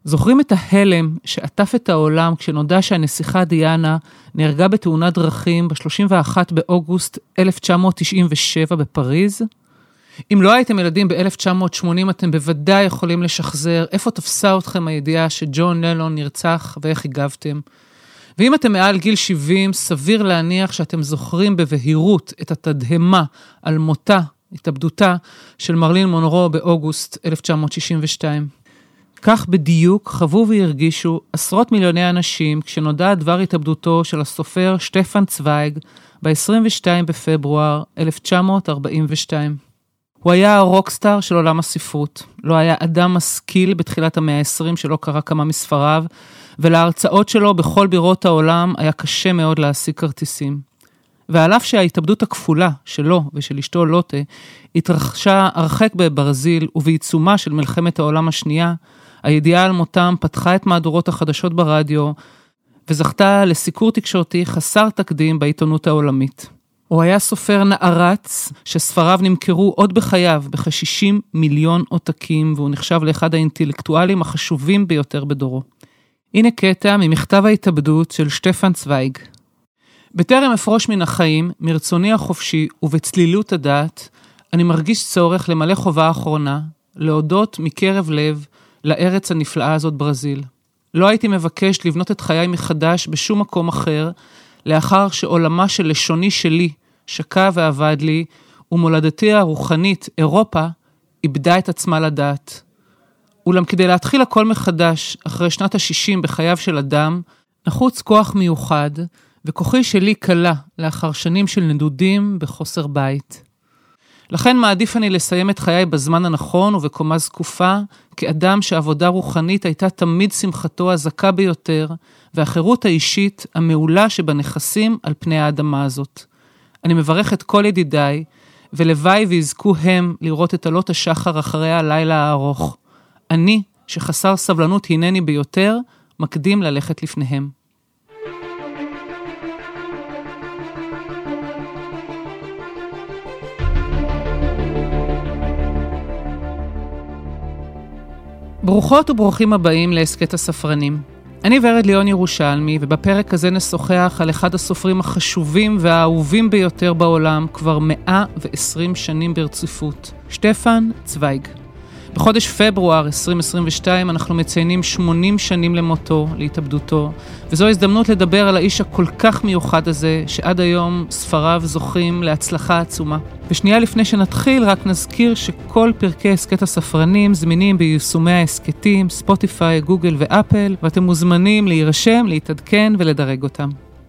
זוכרים את ההלם שעטף את העולם כשנודע שהנסיכה דיאנה נהרגה בתאונת דרכים ב-31 באוגוסט 1997 בפריז? אם לא הייתם ילדים ב-1980, אתם בוודאי יכולים לשחזר איפה תפסה אתכם הידיעה שג'ון לנון נרצח ואיך הגבתם. ואם אתם מעל גיל 70, סביר להניח שאתם זוכרים בבהירות את התדהמה על מותה, התאבדותה של מרלין מונרו באוגוסט 1962. כך בדיוק חוו והרגישו עשרות מיליוני אנשים כשנודע דבר התאבדותו של הסופר שטפן צוויג ב-22 בפברואר 1942. הוא היה הרוקסטאר של עולם הספרות. לא היה אדם משכיל בתחילת המאה ה-20 שלא קרא כמה מספריו, ולהרצאות שלו בכל בירות העולם היה קשה מאוד להשיג כרטיסים. ועל אף שההתאבדות הכפולה שלו ושל אשתו לוטה התרחשה הרחק בברזיל ובעיצומה של מלחמת העולם השנייה, הידיעה על מותם פתחה את מהדורות החדשות ברדיו, וזכתה לסיקור תקשורתי חסר תקדים בעיתונות העולמית. הוא היה סופר נערץ, שספריו נמכרו עוד בחייו בכ-60 מיליון עותקים, והוא נחשב לאחד האינטלקטואלים החשובים ביותר בדורו. הנה קטע ממכתב ההתאבדות של שטפן צוויג. בטרם אפרוש מן החיים, מרצוני החופשי ובצלילות הדעת, אני מרגיש צורך למלא חובה האחרונה, להודות מקרב לב לארץ הנפלאה הזאת ברזיל. לא הייתי מבקש לבנות את חיי מחדש בשום מקום אחר, לאחר שעולמה של לשוני שלי שקע ועבד לי, ומולדתי הרוחנית, אירופה, איבדה את עצמה לדעת. אולם כדי להתחיל הכל מחדש, אחרי שנת ה-60 בחייו של אדם, נחוץ כוח מיוחד, וכוחי שלי קלה לאחר שנים של נדודים בחוסר בית. לכן מעדיף אני לסיים את חיי בזמן הנכון ובקומה זקופה, כאדם שעבודה רוחנית הייתה תמיד שמחתו הזכה ביותר, והחירות האישית המעולה שבנכסים על פני האדמה הזאת. אני מברך את כל ידידיי, ולוואי ויזכו הם לראות את עלות השחר אחרי הלילה הארוך. אני, שחסר סבלנות הנני ביותר, מקדים ללכת לפניהם. ברוכות וברוכים הבאים לעסקת הספרנים. אני ורד ליאון ירושלמי, ובפרק הזה נשוחח על אחד הסופרים החשובים והאהובים ביותר בעולם כבר 120 שנים ברציפות, שטפן צוויג. בחודש פברואר 2022 אנחנו מציינים 80 שנים למותו, להתאבדותו, וזו הזדמנות לדבר על האיש הכל כך מיוחד הזה, שעד היום ספריו זוכים להצלחה עצומה. ושנייה לפני שנתחיל, רק נזכיר שכל פרקי עסקת הספרנים זמינים ביישומי העסקתים, ספוטיפיי, גוגל ואפל, ואתם מוזמנים להירשם, להתעדכן ולדרג אותם.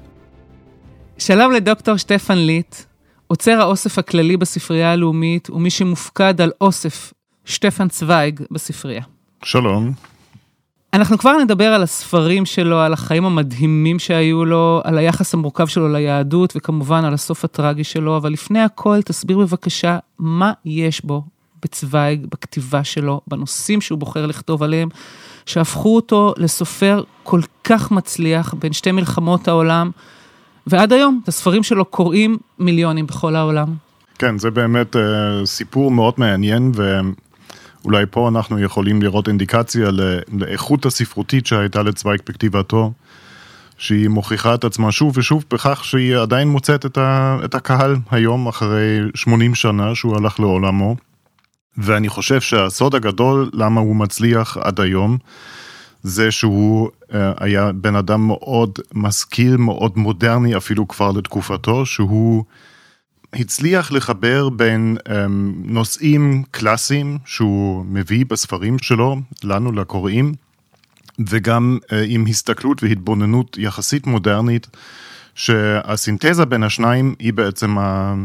שלום לדוקטור שטפן ליט, עוצר האוסף הכללי בספרייה הלאומית, ומי שמופקד על אוסף שטפן צוויג בספרייה. שלום. אנחנו כבר נדבר על הספרים שלו, על החיים המדהימים שהיו לו, על היחס המורכב שלו ליהדות, וכמובן על הסוף הטרגי שלו, אבל לפני הכל תסביר בבקשה מה יש בו בצוויג, בכתיבה שלו, בנושאים שהוא בוחר לכתוב עליהם, שהפכו אותו לסופר כל כך מצליח בין שתי מלחמות העולם, ועד היום את הספרים שלו קוראים מיליונים בכל העולם. כן, זה באמת סיפור מאוד מעניין, ואולי פה אנחנו יכולים לראות אינדיקציה לאיכות הספרותית שהייתה לצוויג בכתיבתו, שהיא מוכיחה את עצמה שוב ושוב בכך שהיא עדיין מוצאת את הקהל היום, אחרי 80 שנה שהוא הלך לעולמו, ואני חושב שהסוד הגדול למה הוא מצליח עד היום, זה שהוא היה בן אדם מאוד משכיל, מאוד מודרני אפילו כבר לתקופתו, שהוא הצליח לחבר בין נושאים קלאסיים שהוא מביא בספרים שלו, לנו לקוראים, וגם עם הסתכלות והתבוננות יחסית מודרנית, שהסינתזה בין השניים היא בעצם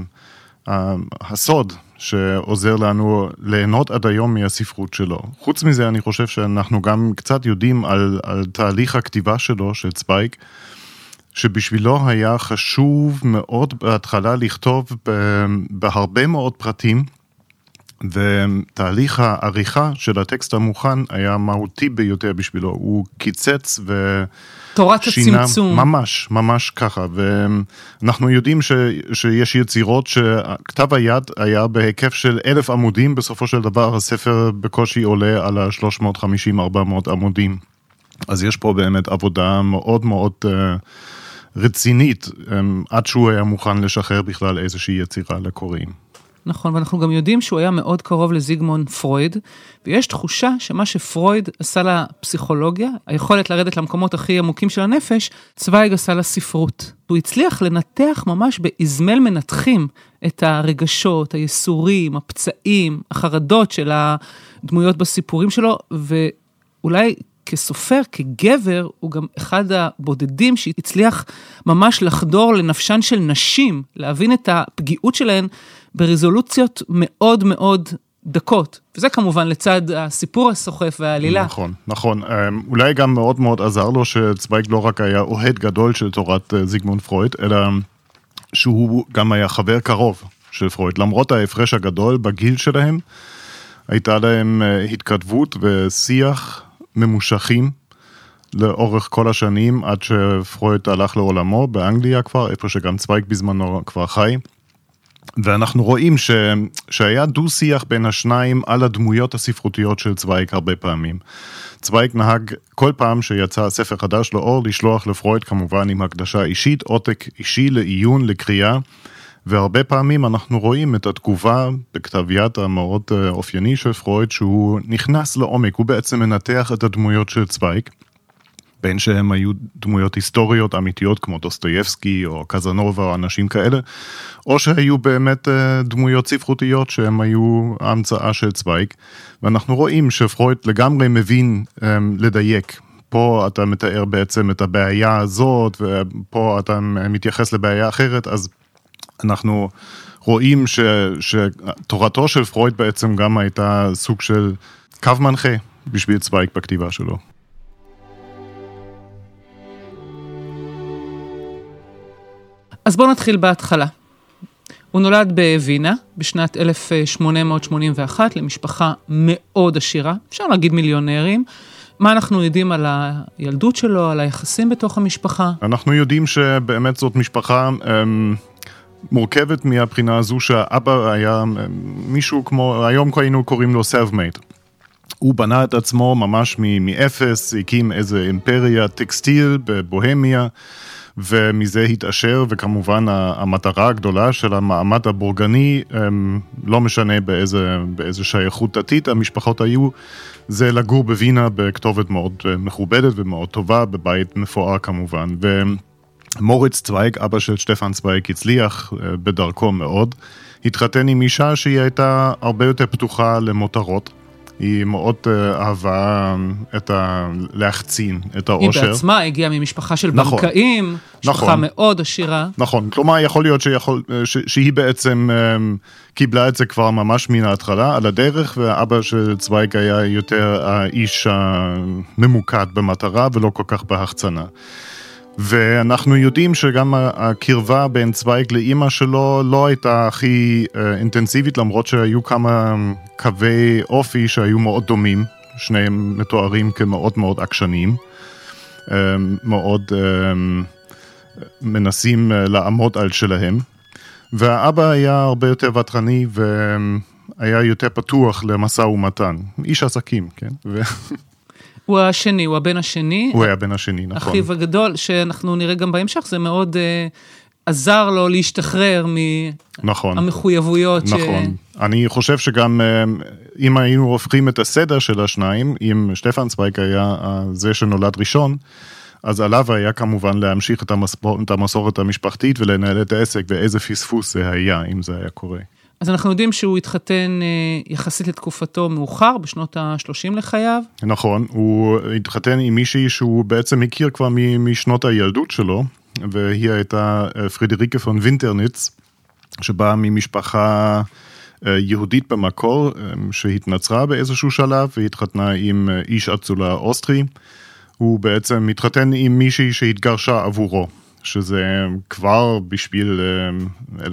הסוד שעוזר לנו ליהנות עד היום מהספרות שלו. חוץ מזה אני חושב שאנחנו גם קצת יודעים על תהליך הכתיבה שלו, של צוויג, שבשבילו היה חשוב מאוד בהתחלה לכתוב בהרבה מאוד פרטים, ותהליך העריכה של הטקסט המוכן היה מהותי ביותר בשבילו, הוא קיצץ תורת הצמצום. ממש, ממש ככה, ואנחנו יודעים שיש יצירות שכתב היד היה בהיקף של 1,000 עמודים, בסופו של דבר הספר בקושי עולה על 350-400 עמודים. אז יש פה באמת עבודה מאוד מאוד רצינית, עד שהוא היה מוכן לשחרר בכלל איזושהי יצירה לקוראים. נכון, ואנחנו גם יודעים שהוא היה מאוד קרוב לזיגמונד פרויד, ויש תחושה שמה שפרויד עשה לפסיכולוגיה, היכולת לרדת למקומות הכי עמוקים של הנפש, צוויג עשה לספרות. הוא הצליח לנתח ממש באזמל מנתחים את הרגשות, היסורים, הפצעים, החרדות של הדמויות בסיפורים שלו, ואולי כסופר, כגבר, הוא גם אחד הבודדים שהצליח ממש לחדור לנפשן של נשים, להבין את הפגיעות שלהן ברזולוציות מאוד מאוד דקות. וזה כמובן לצד הסיפור הסוחף והעלילה. נכון, נכון. אולי גם מאוד מאוד עזר לו שצוויג לא רק היה אוהד גדול של תורת זיגמונד פרויד, אלא שהוא גם היה חבר קרוב של פרויד. למרות ההפרש הגדול בגיל שלהם, הייתה להם התכתבות ושיח ממושכים לאורך כל השנים, עד שפרויד הלך לעולמו באנגליה כבר, איפה שגם צוויג בזמנו כבר חי. ואנחנו רואים שהיה דו-שיח בין השניים על הדמויות הספרותיות של צוויג הרבה פעמים. צוויג נהג כל פעם שיצא ספר חדש לאור, לשלוח לפרויד כמובן עם הקדשה אישית, עותק אישי לעיון, לקריאה, והרבה פעמים אנחנו רואים את התגובה בכתב יד המאוד אופייני של פרויד, שהוא נכנס לעומק, הוא בעצם מנתח את הדמויות של צוויג, בין שהם היו דמויות היסטוריות אמיתיות כמו דוסטויבסקי או קזנובה או אנשים כאלה, או שהיו באמת דמויות ספרותיות שהם היו ההמצאה של צוויג, ואנחנו רואים שפרויד לגמרי מבין לדייק. פה אתה מתאר בעצם את הבעיה הזאת, ופה אתה מתייחס לבעיה אחרת, אז אנחנו רואים שתורתו של פרויד בעצם גם הייתה סוג של קו מנחה בשביל צוויג בכתיבה שלו. אז בואו נתחיל בהתחלה. הוא נולד בווינה בשנת 1881 למשפחה מאוד עשירה, אפשר להגיד מיליונרים. מה אנחנו יודעים על הילדות שלו, על היחסים בתוך המשפחה? אנחנו יודעים שבאמת זאת משפחה מורכבת מהבחינה הזו שהאבא היה מישהו כמו, היום היינו קוראים לו self-made. הוא בנה את עצמו ממש מאפס, הקים איזה אימפריה טקסטיל בבוהמיה, ומזה התאשר, וכמובן המטרה הגדולה של המעמד הבורגני, לא משנה באיזה שייכות דתית המשפחות היו, זה לגור בווינה בכתובת מאוד מכובדת ומאוד טובה, בבית מפואר כמובן. ומוריץ צוויג, אבא של שטפן צוויג, הצליח בדרכו מאוד, התחתן עם אישה שהיא הייתה הרבה יותר פתוחה למותרות, היא מאוד אהבה להחצין את האושר. היא בעצמה הגיעה ממשפחה של בנקאים, משפחה מאוד עשירה. נכון, כלומר יכול להיות שהיא בעצם קיבלה את זה כבר ממש מן ההתחלה על הדרך, והאבא של צוויג היה יותר האיש הממוקד במטרה ולא כל כך בהחצנה. ואנחנו יודעים שגם הקרבה בין צוויג לאמא שלו לא הייתה הכי אינטנסיבית, למרות שהיו כמה קווי אופי שהיו מאוד דומים, שניהם מתוארים כמאוד מאוד עקשניים, מאוד מנסים לעמוד על שלהם, והאבא היה הרבה יותר וטרני והיה יותר פתוח למשא ומתן, איש עסקים, כן? הוא השני, הוא הבן השני. הוא היה הבן השני, נכון. אחיו הגדול, שאנחנו נראה גם בהמשך, זה מאוד עזר לו להשתחרר מהמחויבויות. נכון. אני חושב שגם אם היינו הופכים את הסדר של השניים, אם שטפן צוויג היה זה שנולד ראשון, אז עליו היה כמובן להמשיך את המסורת המשפחתית ולנהל את העסק, ואיזה פספוס זה היה, אם זה היה קורה. אז אנחנו יודעים שהוא התחתן יחסית לתקופתו מאוחר, בשנות ה-30 לחייו. נכון, הוא התחתן עם מישהי שהוא בעצם הכיר כבר משנות הילדות שלו, והיא הייתה פרידריקה פון וינטרניץ, שבאה ממשפחה יהודית במקור, שהתנצרה באיזשהו שלב, והתחתנה עם איש אצולה אוסטרי. הוא בעצם התחתן עם מישהי שהתגרשה עבורו, שזה כבר בשביל 1919-20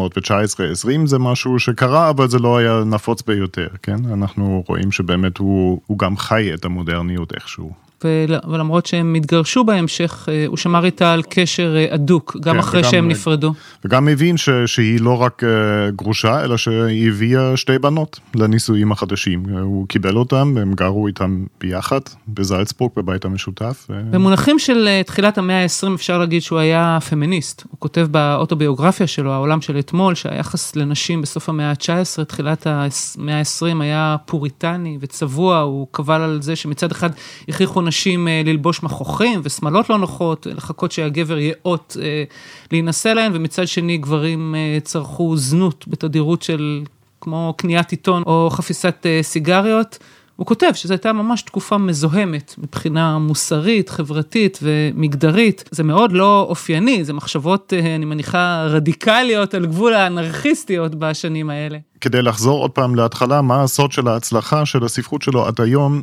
זה משהו שקרה, אבל זה לא היה נפוץ ביותר, כן? אנחנו רואים שבאמת הוא גם חי את המודרניות איכשהו. ולמרות שהם התגרשו בהמשך, הוא שמר איתה על קשר הדוק, גם אחרי שהם נפרדו. וגם הבין שהיא לא רק גרושה, אלא שהיא הביאה 2 בנות לנישואים החדשים. הוא קיבל אותם, והם גרו איתם ביחד, בזלצבורג, בבית המשותף. במונחים של תחילת המאה ה-20 אפשר להגיד שהוא היה פמיניסט. הוא כותב באוטוביוגרפיה שלו, העולם של אתמול, שהיחס לנשים בסוף המאה ה-19, תחילת המאה ה-20 היה פוריטני וצבוע, הוא קבל על זה שמצד אחד הכריחו נשים ללבוש מכוחים ושמלות לא נוחות, לחכות שהגבר יאות להינשא להן, ומצד שני גברים צרכו זנות בתדירות של כמו קניית עיתון או חפיסת סיגריות. הוא כותב שזו הייתה ממש תקופה מזוהמת מבחינה מוסרית, חברתית ומגדרית. זה מאוד לא אופייני, זה מחשבות, אני מניחה, רדיקליות על גבול האנרכיסטיות בשנים האלה. כדי לחזור עוד פעם להתחלה, מה הסוד של ההצלחה של הספרות שלו עד היום,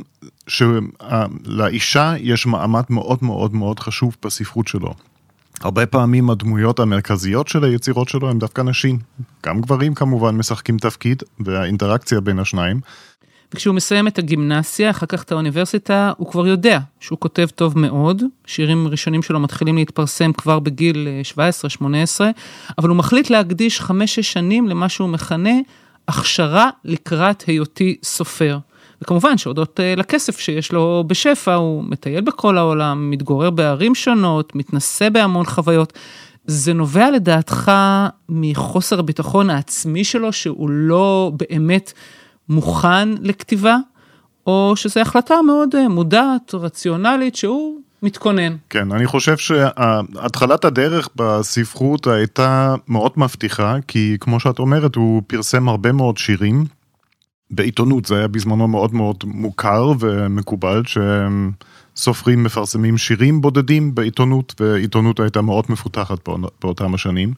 שלאישה יש מעמד מאוד מאוד מאוד חשוב בספרות שלו. הרבה פעמים הדמויות המרכזיות של היצירות שלו הם דווקא נשים. גם גברים כמובן משחקים תפקיד, והאינטראקציה בין השניים. וכשהוא מסיים את הגימנסיה, אחר כך את האוניברסיטה, הוא כבר יודע שהוא כותב טוב מאוד, שירים ראשונים שלו מתחילים להתפרסם כבר בגיל 17-18, אבל הוא מחליט להקדיש 5-6 שנים למה שהוא מכנה הכשרה לקראת היותי סופר. וכמובן שהודות לכסף שיש לו בשפע, הוא מטייל בכל העולם, מתגורר בערים שונות, מתנסה בהמון חוויות. זה נובע לדעתך מחוסר הביטחון העצמי שלו, שהוא לא באמת מוכן לכתיבה, או שזו החלטה מאוד מודעת, רציונלית, שהוא מתכונן. כן, אני חושב שהתחלת הדרך בספרות הייתה מאוד מבטיחה, כי כמו שאת אומרת, הוא פרסם הרבה מאוד שירים, בעיתונות זה היה בזמנו מאוד מאוד מוכר ומקובל, שסופרים מפרסמים שירים בודדים בעיתונות, ועיתונות הייתה מאוד מפותחת באותם השנים.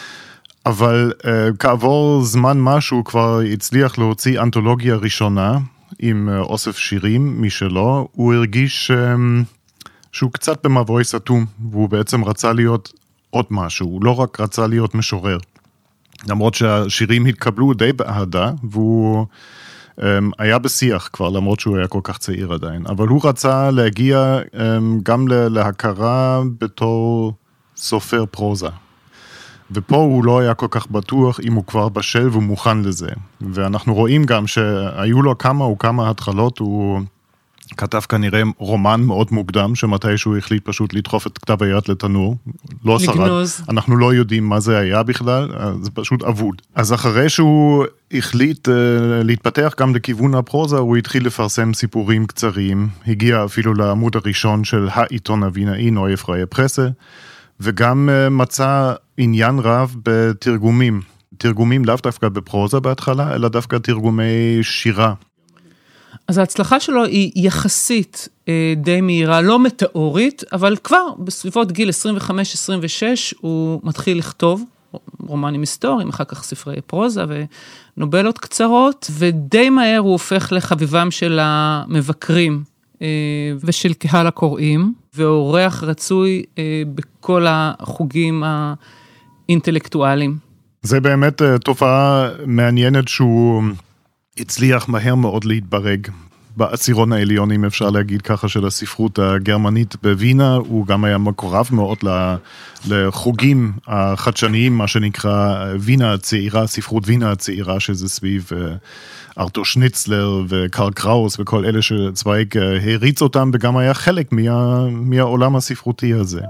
אבל כעבור זמן משהו כבר הצליח להוציא אנתולוגיה ראשונה עם אוסף שירים משלו, הוא הרגיש שהוא קצת במבוי סתום, והוא בעצם רצה להיות עוד משהו, הוא לא רק רצה להיות משורר. למרות שהשירים התקבלו די באהדה, והוא היה בשיח כבר, למרות שהוא היה כל כך צעיר עדיין. אבל הוא רצה להגיע גם להכרה בתור סופר פרוזה. ופה הוא לא היה כל כך בטוח אם הוא כבר בשל והוא מוכן לזה. ואנחנו רואים גם שהיו לו כמה התחלות, הוא כתב כנראה רומן מאוד מוקדם, שמתי שהוא החליט פשוט לדחוף את כתב היד לתנור, לא שרד, אנחנו לא יודעים מה זה היה בכלל, זה פשוט אבוד. אז אחרי שהוא החליט להתפתח גם לכיוון הפרוזה, הוא התחיל לפרסם סיפורים קצרים, הגיע אפילו לעמוד הראשון של העיתון הווינאי, נויה פרייה פרסה, וגם מצא עניין רב בתרגומים, תרגומים לאו דווקא בפרוזה בהתחלה, אלא דווקא תרגומי שירה. אז ההצלחה שלו היא יחסית די מהירה, לא מטאורית, אבל כבר בסביבות גיל 25-26 הוא מתחיל לכתוב רומנים היסטוריים, אחר כך ספרי פרוזה ונובלות קצרות, ודי מהר הוא הופך לחביבם של המבקרים ושל קהל הקוראים, ואורח רצוי בכל החוגים האינטלקטואליים. זה באמת תופעה מעניינת שהוא הצליח מהר מאוד להתברג בעשירון העליון, אם אפשר להגיד ככה, של הספרות הגרמנית בווינה. הוא גם היה מקורב מאוד לחוגים החדשניים, מה שנקרא וינה הצעירה, ספרות וינה הצעירה, שזה סביב ארתור שניצלר וקרל קראוס וכל אלה שצוויג הריץ אותם, וגם היה חלק מהעולם הספרותי הזה.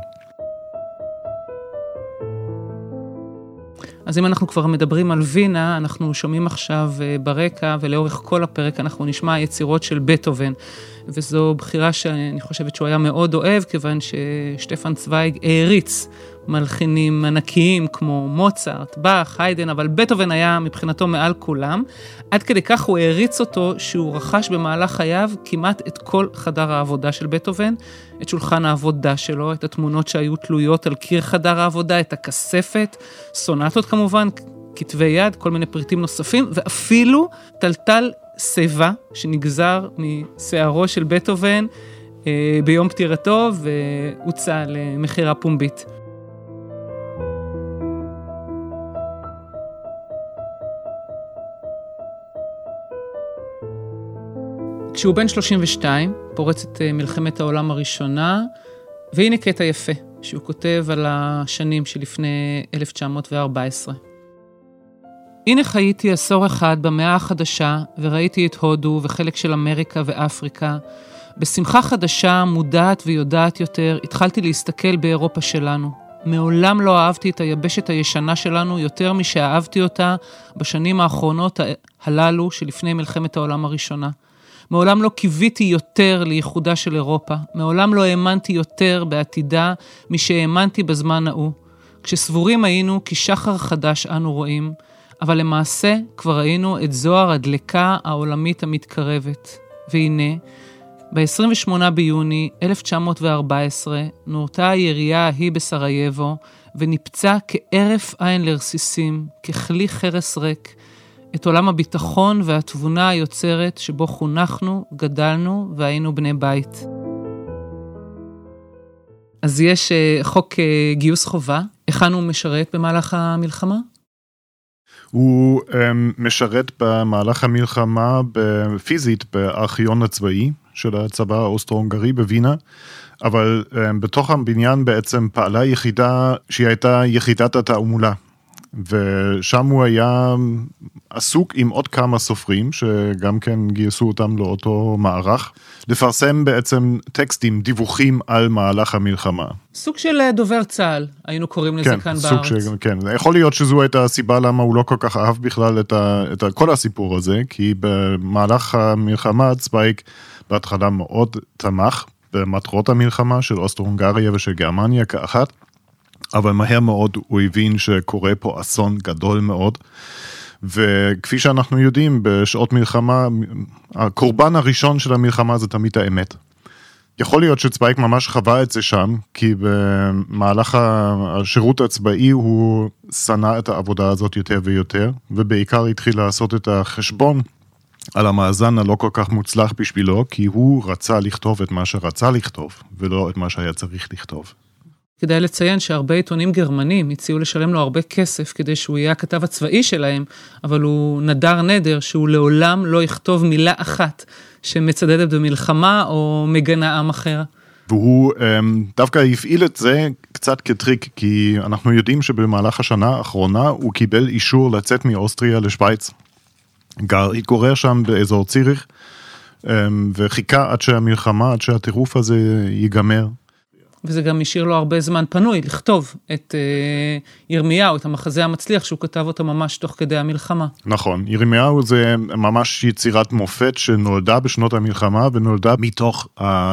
אז אם אנחנו כבר מדברים על וינה, אנחנו שומעים עכשיו ברקע, ולאורך כל הפרק אנחנו נשמע יצירות של בטהובן, וזו בחירה שאני חושבת שהוא היה מאוד אוהב, כיוון ששטפן צוויג העריץ מלחינים ענקיים כמו מוצרט, באך, היידן, אבל בטהובן היה מבחינתו מעל כולם, עד כדי כך הוא העריץ אותו שהוא רכש במהלך חייו כמעט את כל חדר העבודה של בטהובן, את שולחן העבודה שלו, את התמונות שהיו תלויות על קיר חדר העבודה, את הכספת, סונטות כמובן, כתבי יד, כל מיני פריטים נוספים, ואפילו טלטל שיבה שנגזר משערו של בטהובן ביום פטירתו, והוצא למחירה פומבית. כשהוא בן 32, פורצת מלחמת העולם הראשונה, והנה קטע יפה, שהוא כותב על השנים שלפני 1914. הנה חייתי עשור אחד במאה החדשה, וראיתי את הודו וחלק של אמריקה ואפריקה. בשמחה חדשה, מודעת ויודעת יותר, התחלתי להסתכל באירופה שלנו. מעולם לא אהבתי את היבשת הישנה שלנו יותר משאהבתי אותה בשנים האחרונות הללו שלפני מלחמת העולם הראשונה. מעולם לא קיוויתי יותר לייחודה של אירופה. מעולם לא האמנתי יותר בעתידה משהאמנתי בזמן ההוא. כשסבורים היינו כי שחר חדש אנו רואים, אבל למעשה כבר ראינו את זוהר הדלקה העולמית המתקרבת. והנה, ב-28 ביוני 1914 נורתה הירייה ההיא בסרייבו, ונפצע כערף עין לרסיסים, ככלי חרס ריק, את עולם הביטחון והתבונה היוצרת שבו חונכנו, גדלנו והיינו בני בית. אז יש חוק גיוס חובה. היכן הוא משרת במהלך המלחמה? הוא משרת במהלך המלחמה פיזית בארכיון הצבאי של הצבא האוסטרו-הונגרי בווינה, אבל בתוך הבניין בעצם פעלה יחידה שהיא הייתה יחידת התעמולה, ושם הוא היה עסוק עם עוד כמה סופרים שגם כן גייסו אותם לאותו מערך, לפרסם בעצם טקסטים, דיווחים על מהלך המלחמה. סוג של דובר צה"ל, היינו קוראים לזה כאן בארץ. כן, יכול להיות שזו הייתה הסיבה למה הוא לא כל כך אהב בכלל את כל הסיפור הזה, כי במהלך המלחמה צוויג בהתחלה מאוד תמך במטרות המלחמה של אוסטרו-הונגריה ושל גרמניה כאחת, אבל מהר מאוד הוא הבין שקורה פה אסון גדול מאוד, וכפי שאנחנו יודעים, בשעות מלחמה, הקורבן הראשון של המלחמה זה תמיד האמת. יכול להיות שצוויג ממש חווה את זה שם, כי במהלך השירות הצבאי הוא שנא את העבודה הזאת יותר ויותר, ובעיקר התחיל לעשות את החשבון על המאזן הלא כל כך מוצלח בשבילו, כי הוא רצה לכתוב את מה שרצה לכתוב, ולא את מה שהיה צריך לכתוב. כדאי לציין שהרבה עיתונים גרמנים הציעו לשלם לו הרבה כסף כדי שהוא יהיה הכתב הצבאי שלהם, אבל הוא נדר נדר שהוא לעולם לא יכתוב מילה אחת שמצדדת במלחמה או מגנה עם אחר. והוא דווקא הפעיל את זה קצת כטריק, כי אנחנו יודעים שבמהלך השנה האחרונה הוא קיבל אישור לצאת מאוסטריה לשוויץ. התגורר שם באזור ציריך, וחיכה עד שהמלחמה, עד שהטירוף הזה ייגמר. וזה גם השאיר לו הרבה זמן פנוי לכתוב את ירמיהו, את המחזה המצליח שהוא כתב אותו ממש תוך כדי המלחמה. נכון, ירמיהו זה ממש יצירת מופת שנולדה בשנות המלחמה, ונולדה מתוך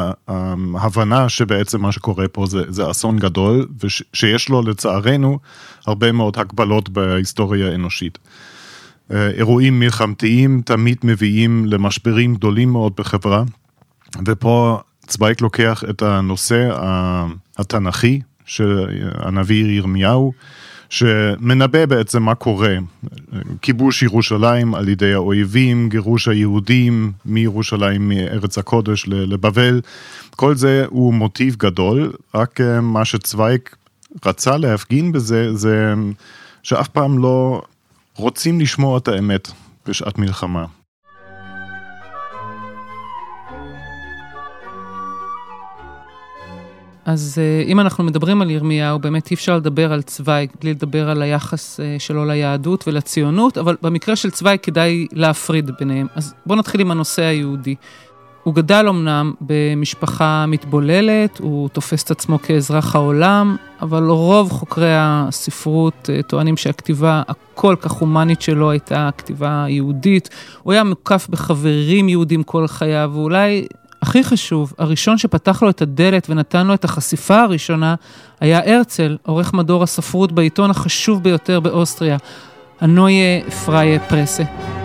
ההבנה שבעצם מה שקורה פה זה אסון גדול, ושיש לו לצערנו הרבה מאוד הגבלות בהיסטוריה האנושית. אירועים מלחמתיים תמיד מביאים למשברים גדולים מאוד בחברה, ופה צוויג לוקח את הנושא התנ"כי של הנביא ירמיהו, שמנבא בעצם מה קורה, כיבוש ירושלים על ידי האויבים, גירוש היהודים מירושלים מארץ הקודש לבבל, כל זה הוא מוטיב גדול, רק מה שצוויג רצה להפגין בזה, זה שאף פעם לא רוצים לשמוע את האמת בשעת מלחמה. אז אם אנחנו מדברים על ירמיהו, באמת אי אפשר לדבר על צוויג, בלי לדבר על היחס שלו ליהדות ולציונות, אבל במקרה של צוויג כדאי להפריד ביניהם. אז בואו נתחיל עם הנושא היהודי. הוא גדל אמנם במשפחה מתבוללת, הוא תופס את עצמו כאזרח העולם, אבל רוב חוקרי הספרות טוענים שהכתיבה הכל כך הומנית שלו הייתה כתיבה יהודית. הוא היה מוקף בחברים יהודים כל חייו, ואולי הכי חשוב, הראשון שפתח לו את הדלת ונתן לו את החשיפה הראשונה, היה הרצל, עורך מדור הספרות בעיתון החשוב ביותר באוסטריה, הנויה פריי פרסה.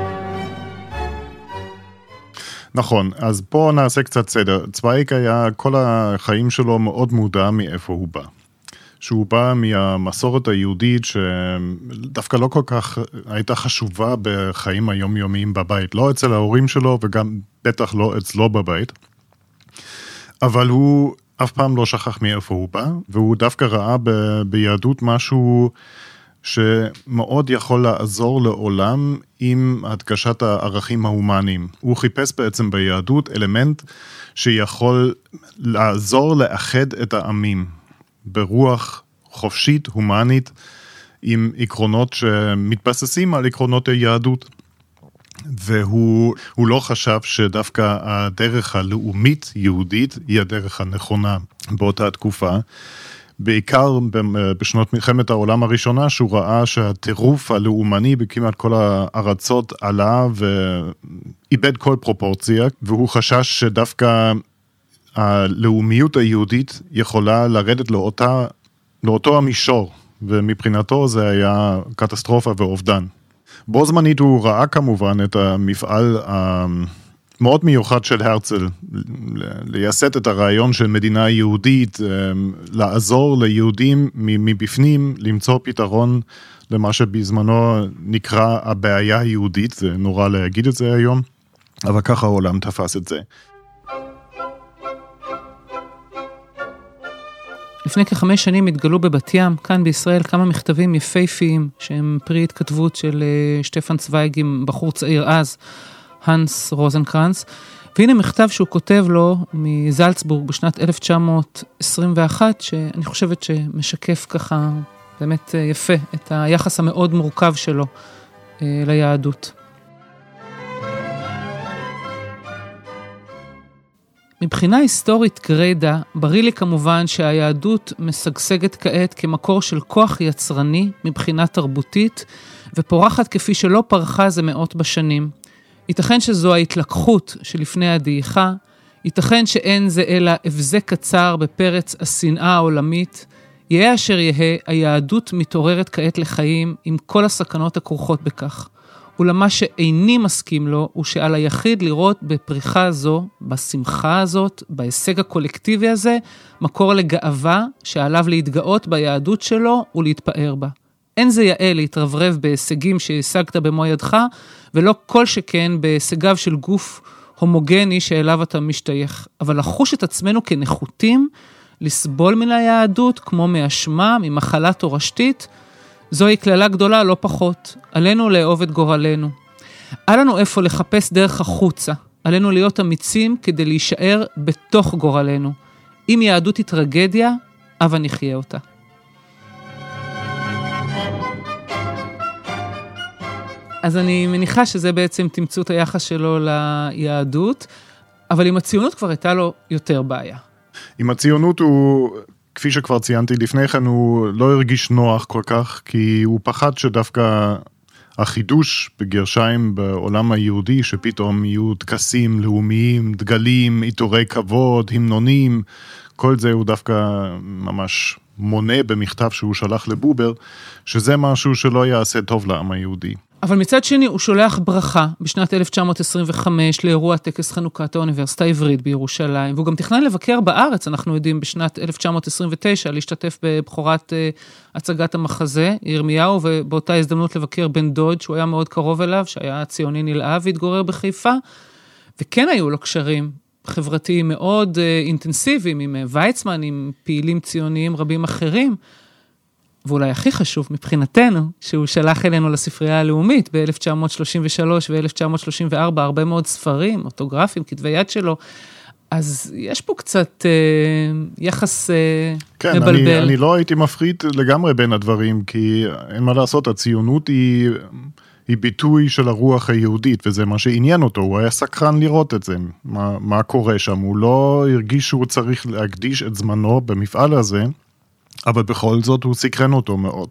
נכון, אז פה נעשה קצת סדר. צוויג היה כל החיים שלו מאוד מודע מאיפה הוא בא. שהוא בא מהמסורת היהודית שדווקא לא כל כך הייתה חשובה בחיים היומיומיים בבית, לא אצל ההורים שלו וגם בטח לא אצלו בבית. אבל הוא אף פעם לא שכח מאיפה הוא בא, והוא דווקא ראה ביהדות משהו שמאוד יכול לעזור לעולם עם הדגשת הערכים ההומניים. הוא חיפש בעצם ביהדות אלמנט שיכול לעזור לאחד את העמים, ברוח חופשית, הומנית, עם עקרונות שמתבססים על עקרונות היהדות. והוא לא חשב שדווקא הדרך הלאומית יהודית היא הדרך הנכונה באותה תקופה. בעיקר בשנות מלחמת העולם הראשונה, שהוא ראה שהטירוף הלאומני בכמעט כל הארצות עלה ואיבד כל פרופורציה, והוא חשש שדווקא הלאומיות היהודית יכולה לרדת לאותו המישור, ומבחינתו זה היה קטסטרופה ואובדן. בו זמנית הוא ראה כמובן את המפעל מאוד מיוחד של הרצל, לייסד את הרעיון של מדינה יהודית, לעזור ליהודים מבפנים, למצוא פתרון למה שבזמנו נקרא הבעיה היהודית, זה נורא להגיד את זה היום, אבל ככה העולם תפס את זה. לפני כ5 שנים התגלו בבת ים, כאן בישראל, כמה מכתבים יפהפיים, שהם פרי התכתבות של שטפן צוויג עם בחור צעיר אז, הנס רוזנקרנץ, והנה מכתב שהוא כותב לו מזלצבורג בשנת 1921, שאני חושבת שמשקף ככה באמת יפה את היחס המאוד מורכב שלו ליהדות. מבחינה היסטורית גרידא, בריא לי כמובן שהיהדות משגשגת כעת כמקור של כוח יצרני מבחינה תרבותית, ופורחת כפי שלא פרחה זה מאות בשנים. ייתכן שזו ההתלקחות שלפני הדעיכה, ייתכן שאין זה אלא הבזק קצר בפרץ השנאה העולמית, יהיה אשר יהיה, היהדות מתעוררת כעת לחיים עם כל הסכנות הכרוכות בכך. ולמה שאיני מסכים לו, הוא שעל היחיד לראות בפריחה זו, בשמחה הזאת, בהישג הקולקטיבי הזה, מקור לגאווה שעליו להתגאות ביהדות שלו ולהתפאר בה. אין זה יאה להתרברב בהישגים שהשגת במו ידך, ולא כל שכן בהישגיו של גוף הומוגני שאליו אתה משתייך. אבל לחוש את עצמנו כנחותים, לסבול מן היהדות כמו מאשמה, ממחלה תורשתית, זוהי כללה גדולה לא פחות. עלינו לאהוב את גורלנו. אל לנו איפה לחפש דרך החוצה. עלינו להיות אמיצים כדי להישאר בתוך גורלנו. אם יהדות היא טרגדיה, הבה נחיה אותה. אז אני מניחה שזה בעצם תמצות היחס שלו ליהדות, אבל עם הציונות כבר הייתה לו יותר בעיה. עם הציונות הוא, כפי שכבר ציינתי לפני כן, הוא לא הרגיש נוח כל כך, כי הוא פחד שדווקא החידוש בגרשיים בעולם היהודי, שפתאום יהיו טקסים לאומיים, דגלים, עיטורי כבוד, המנונים, כל זה הוא דווקא ממש מונה במכתב שהוא שלח לבובר, שזה משהו שלא יעשה טוב לעם היהודי. אבל מצד שני הוא שולח ברכה בשנת 1925 לאירוע טקס חנוכת האוניברסיטה העברית בירושלים, והוא גם תכנן לבקר בארץ, אנחנו יודעים, בשנת 1929, להשתתף בבחורת הצגת המחזה, ירמיהו, ובאותה הזדמנות לבקר בן דוד, שהוא היה מאוד קרוב אליו, שהיה ציוני נלהב והתגורר בחיפה, וכן היו לו קשרים חברתיים מאוד אינטנסיביים, עם ויצמן, עם פעילים ציוניים רבים אחרים, ואולי הכי חשוב מבחינתנו, שהוא שלח אלינו לספרייה הלאומית ב-1933 ו-1934, הרבה מאוד ספרים, אוטוגרפים, כתבי יד שלו, אז יש פה קצת יחס כן, מבלבל. כן, אני לא הייתי מפריד לגמרי בין הדברים, כי אין מה לעשות, הציונות היא ביטוי של הרוח היהודית, וזה מה שעניין אותו, הוא היה סקרן לראות את זה, מה קורה שם, הוא לא הרגיש שהוא צריך להקדיש את זמנו במפעל הזה, אבל בכל זאת הוא סקרן אותו מאוד.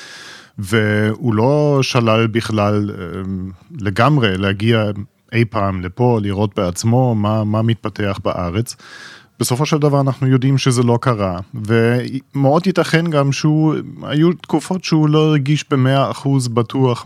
והוא לא שלל בכלל לגמרי להגיע אי פעם לפה, לראות בעצמו מה מתפתח בארץ. בסופו של דבר אנחנו יודעים שזה לא קרה, ומאוד ייתכן גם היו תקופות שהוא לא הרגיש ב100% בטוח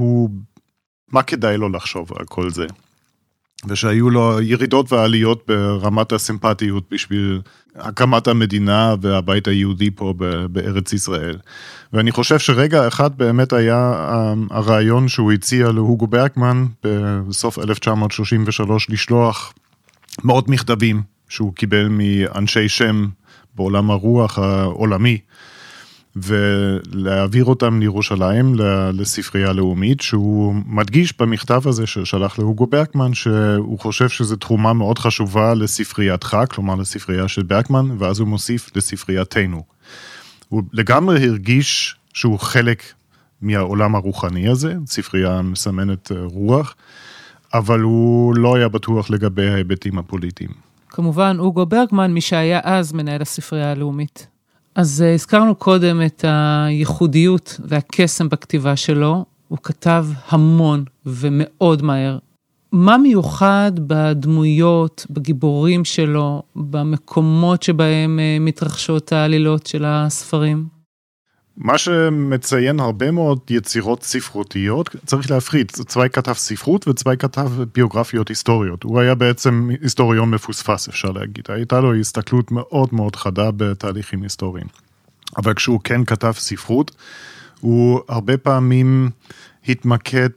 מה כדאי לו לחשוב על כל זה. ושהיו לו ירידות ועליות ברמת הסימפטיות בשביל הקמת המדינה והבית היהודי פה בארץ ישראל. ואני חושב שרגע אחד באמת היה הרעיון שהוא הציע להוגו ברקמן בסוף 1933 לשלוח מאות מכתבים שהוא קיבל מאנשי שם בעולם הרוח העולמי, ולהעביר אותם לירושלים, לספרייה הלאומית, שהוא מדגיש במכתב הזה ששלח להוגו ברקמן, שהוא חושב שזו תרומה מאוד חשובה לספרייתך, כלומר לספרייה של ברקמן, ואז הוא מוסיף לספרייתנו. הוא לגמרי הרגיש שהוא חלק מהעולם הרוחני הזה, ספרייה מסמנת רוח, אבל הוא לא היה בטוח לגבי ההיבטים הפוליטיים. כמובן, הוגו ברקמן, מי שהיה אז מנהל הספרייה הלאומית. אז הזכרנו קודם את הייחודיות והקסם בכתיבה שלו, הוא כתב המון ומאוד מהר. מה מיוחד בדמויות, בגיבורים שלו, במקומות שבהם מתרחשות העלילות של הספרים? מה שמציין הרבה מאוד יצירות ספרותיות, צריך להפריד, צוויג כתב ספרות וצוויג כתב ביוגרפיות היסטוריות. הוא היה בעצם היסטוריון מפוספס, אפשר להגיד. הייתה לו הסתכלות מאוד מאוד חדה בתהליכים היסטוריים. אבל כשהוא כן כתב ספרות, הוא הרבה פעמים התמקד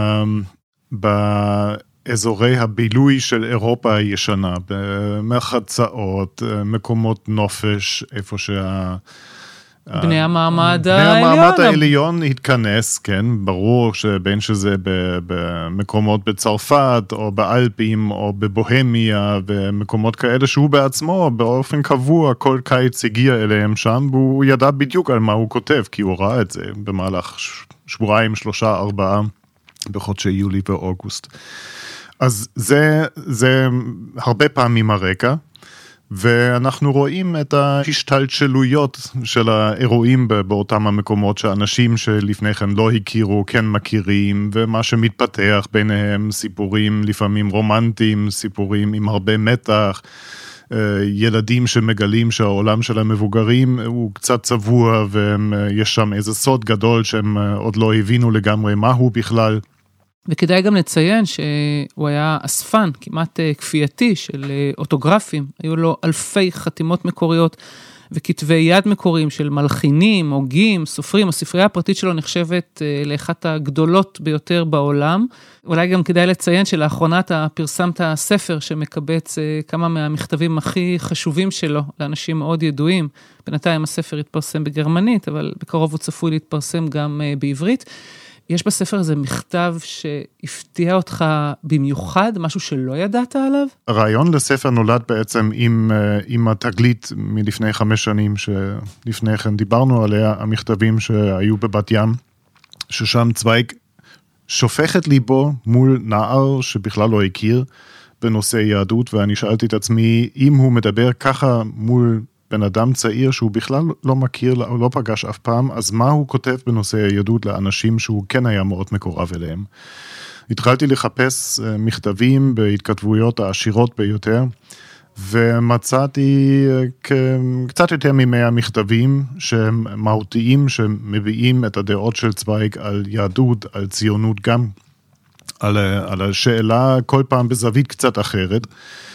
באזורי הבילוי של אירופה הישנה, במחצאות, מקומות נופש, איפה בני המעמד העליון התכנס, כן, ברור שבין שזה במקומות בצרפת, או באלפים, או בבוהמיה, ומקומות כאלה שהוא בעצמו, באופן קבוע, כל קיץ הגיע אליהם שם, והוא ידע בדיוק על מה הוא כותב, כי הוא ראה את זה במהלך שבועיים, 3, 4, בחודשי יולי ואוגוסט. אז זה הרבה פעמים הרקע, ואנחנו רואים את ההשתלשלויות של האירועים באותם המקומות שאנשים שלפני כן לא הכירו, כן מכירים, ומה שמתפתח ביניהם, סיפורים לפעמים רומנטיים, סיפורים עם הרבה מתח, ילדים שמגלים שהעולם של המבוגרים הוא קצת צבוע, ויש שם איזה סוד גדול שהם עוד לא הבינו לגמרי מהו בכלל. וכדאי גם לציין שהוא היה אספן כמעט כפייתי של אוטוגרפים, היו לו אלפי חתימות מקוריות וכתבי יד מקוריים של מלחינים, הוגים, סופרים, הספרייה הפרטית שלו נחשבת לאחת הגדולות ביותר בעולם, אולי גם כדאי לציין שלאחרונה אתה פרסמת ספר שמקבץ כמה מהמכתבים הכי חשובים שלו לאנשים מאוד ידועים, בינתיים הספר התפרסם בגרמנית, אבל בקרוב הוא צפוי להתפרסם גם בעברית, יש בספר הזה מכתב שהפתיע אותך במיוחד, משהו שלא ידעת עליו? הרעיון לספר נולד בעצם עם התגלית מלפני 5 שנים, שלפני כן דיברנו עליה, המכתבים שהיו בבת ים, ששם צוויג שופך את ליבו מול נער שבכלל לא הכיר בנושא יהדות, ואני שאלתי את עצמי, אם הוא מדבר ככה מול בן אדם צעיר שהוא בכלל לא מכיר, לא פגש אף פעם, אז מה הוא כותב בנושא היהדות לאנשים שהוא כן היה מאוד מקורב אליהם? התחלתי לחפש מכתבים בהתכתבויות העשירות ביותר, ומצאתי קצת יותר מ100 מכתבים שהם מהותיים, שמביאים את הדעות של צוויג על יהדות, על ציונות גם, על השאלה כל פעם בזווית קצת אחרת,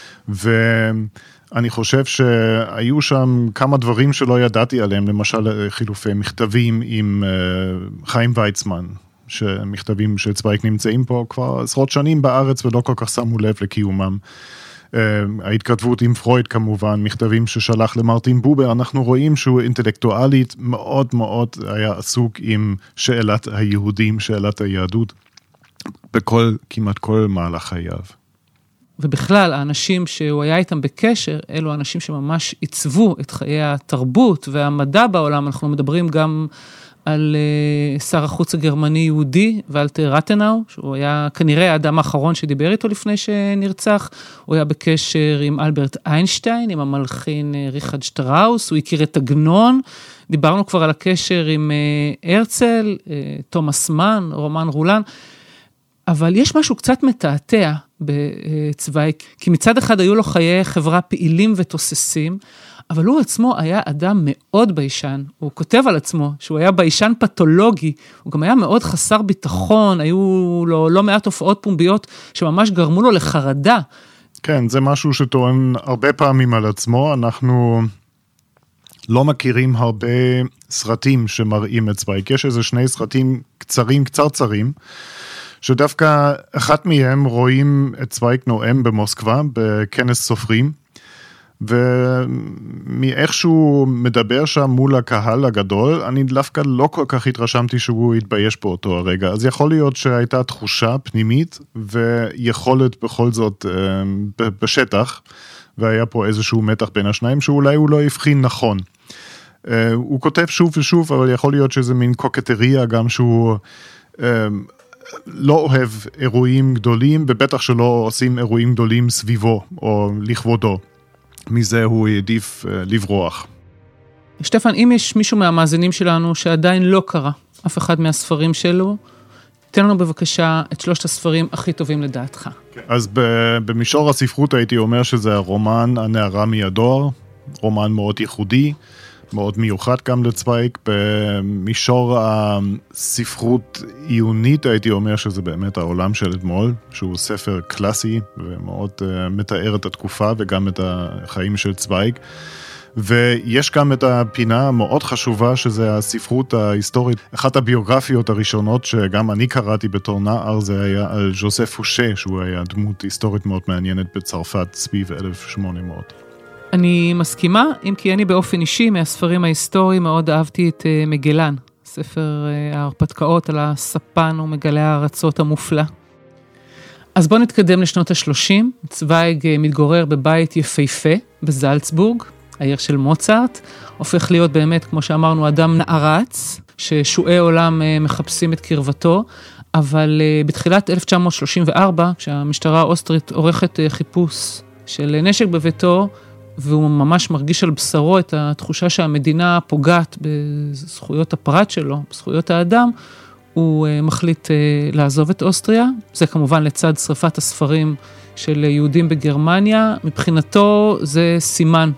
אני חושב שהיו שם כמה דברים שלא ידעתי עליהם, למשל חילופי מכתבים עם חיים ויצמן, שמכתבים שצוויג נמצאים פה כבר עשרות שנים בארץ ולא כל כך שמו לב לקיומם. ההתכתבות עם פרויד כמובן, מכתבים ששלח למרטין בובר, אנחנו רואים שהוא אינטלקטואלית מאוד מאוד היה עסוק עם שאלת היהודים, שאלת היהדות, כמעט כל מהלך חייו. ובכלל, האנשים שהוא היה איתם בקשר, אלו האנשים שממש עיצבו את חיי התרבות והמדע בעולם. אנחנו מדברים גם על שר החוץ הגרמני יהודי, ולטר רתנאו, שהוא היה כנראה האדם האחרון שדיבר איתו לפני שנרצח. הוא היה בקשר עם אלברט איינשטיין, עם המלחין ריכרד שטראוס, הוא הכיר את עגנון. דיברנו כבר על הקשר עם הרצל, תומאס מן, רומן רולן. אבל יש משהו קצת מתעתע בצוויג, כי מצד אחד היו לו חיי חברה פעילים ותוססים, אבל הוא עצמו היה אדם מאוד ביישן, הוא כותב על עצמו שהוא היה ביישן פתולוגי, הוא גם היה מאוד חסר ביטחון, היו לו לא מעט הופעות פומביות שממש גרמו לו לחרדה. כן, זה משהו שטוען הרבה פעמים על עצמו, אנחנו לא מכירים הרבה סרטים שמראים את צוויג, יש איזה 2 סרטים קצרצרים, שדווקא אחת מהם רואים את צוויג נואם במוסקבה, בכנס סופרים, ומאיך שהוא מדבר שם מול הקהל הגדול, אני דווקא לא כל כך התרשמתי שהוא התבייש באותו הרגע. אז יכול להיות שהייתה תחושה פנימית, ויכולת בכל זאת בשטח, והיה פה איזשהו מתח בין השניים, שאולי הוא לא הבחין נכון. הוא כותב שוב ושוב, אבל יכול להיות שזה מין קוקטריה, גם שהוא לא אוהב אירועים גדולים, ובטח שלא עושים אירועים גדולים סביבו, או לכבודו. מזה הוא העדיף לברוח. שטפן, אם יש מישהו מהמאזינים שלנו שעדיין לא קרא אף אחד מהספרים שלו, תן לנו בבקשה את 3 הספרים הכי טובים לדעתך. אז במישור הספרות הייתי אומר שזה הרומן הנערה מהדואר, רומן מאוד ייחודי, מאוד מיוחד גם לצוויג. במישור הספרות עיונית הייתי אומר שזה באמת העולם של אתמול, שהוא ספר קלאסי ומאוד מתאר את התקופה וגם את החיים של צוויג. ויש גם את הפינה המאוד חשובה שזה הספרות ההיסטורית. אחת הביוגרפיות הראשונות שגם אני קראתי בתור נער זה היה על ז'וזף פושה, שהוא היה דמות היסטורית מאוד מעניינת בצרפת סביב 1800. אני מסכימה, אם כי אני באופן אישי מהספרים ההיסטוריים מאוד אהבתי את מגלן, ספר ההרפתקאות על הספן ומגלי הארצות המופלא. אז בואו נתקדם לשנות ה-30, צוויג מתגורר בבית יפהפה בזלצבורג, העיר של מוצרט, הופך להיות באמת, כמו שאמרנו, אדם נערץ, ששועי עולם מחפשים את קרבתו, אבל בתחילת 1934, כשהמשטרה האוסטרית עורכת חיפוש של נשק בביתו, והוא ממש מרגיש על בשרו את התחושה שהמדינה פוגעת בזכויות הפרט שלו, בזכויות האדם, הוא מחליט לעזוב את אוסטריה. זה כמובן לצד שריפת הספרים של יהודים בגרמניה. מבחינתו זה סימן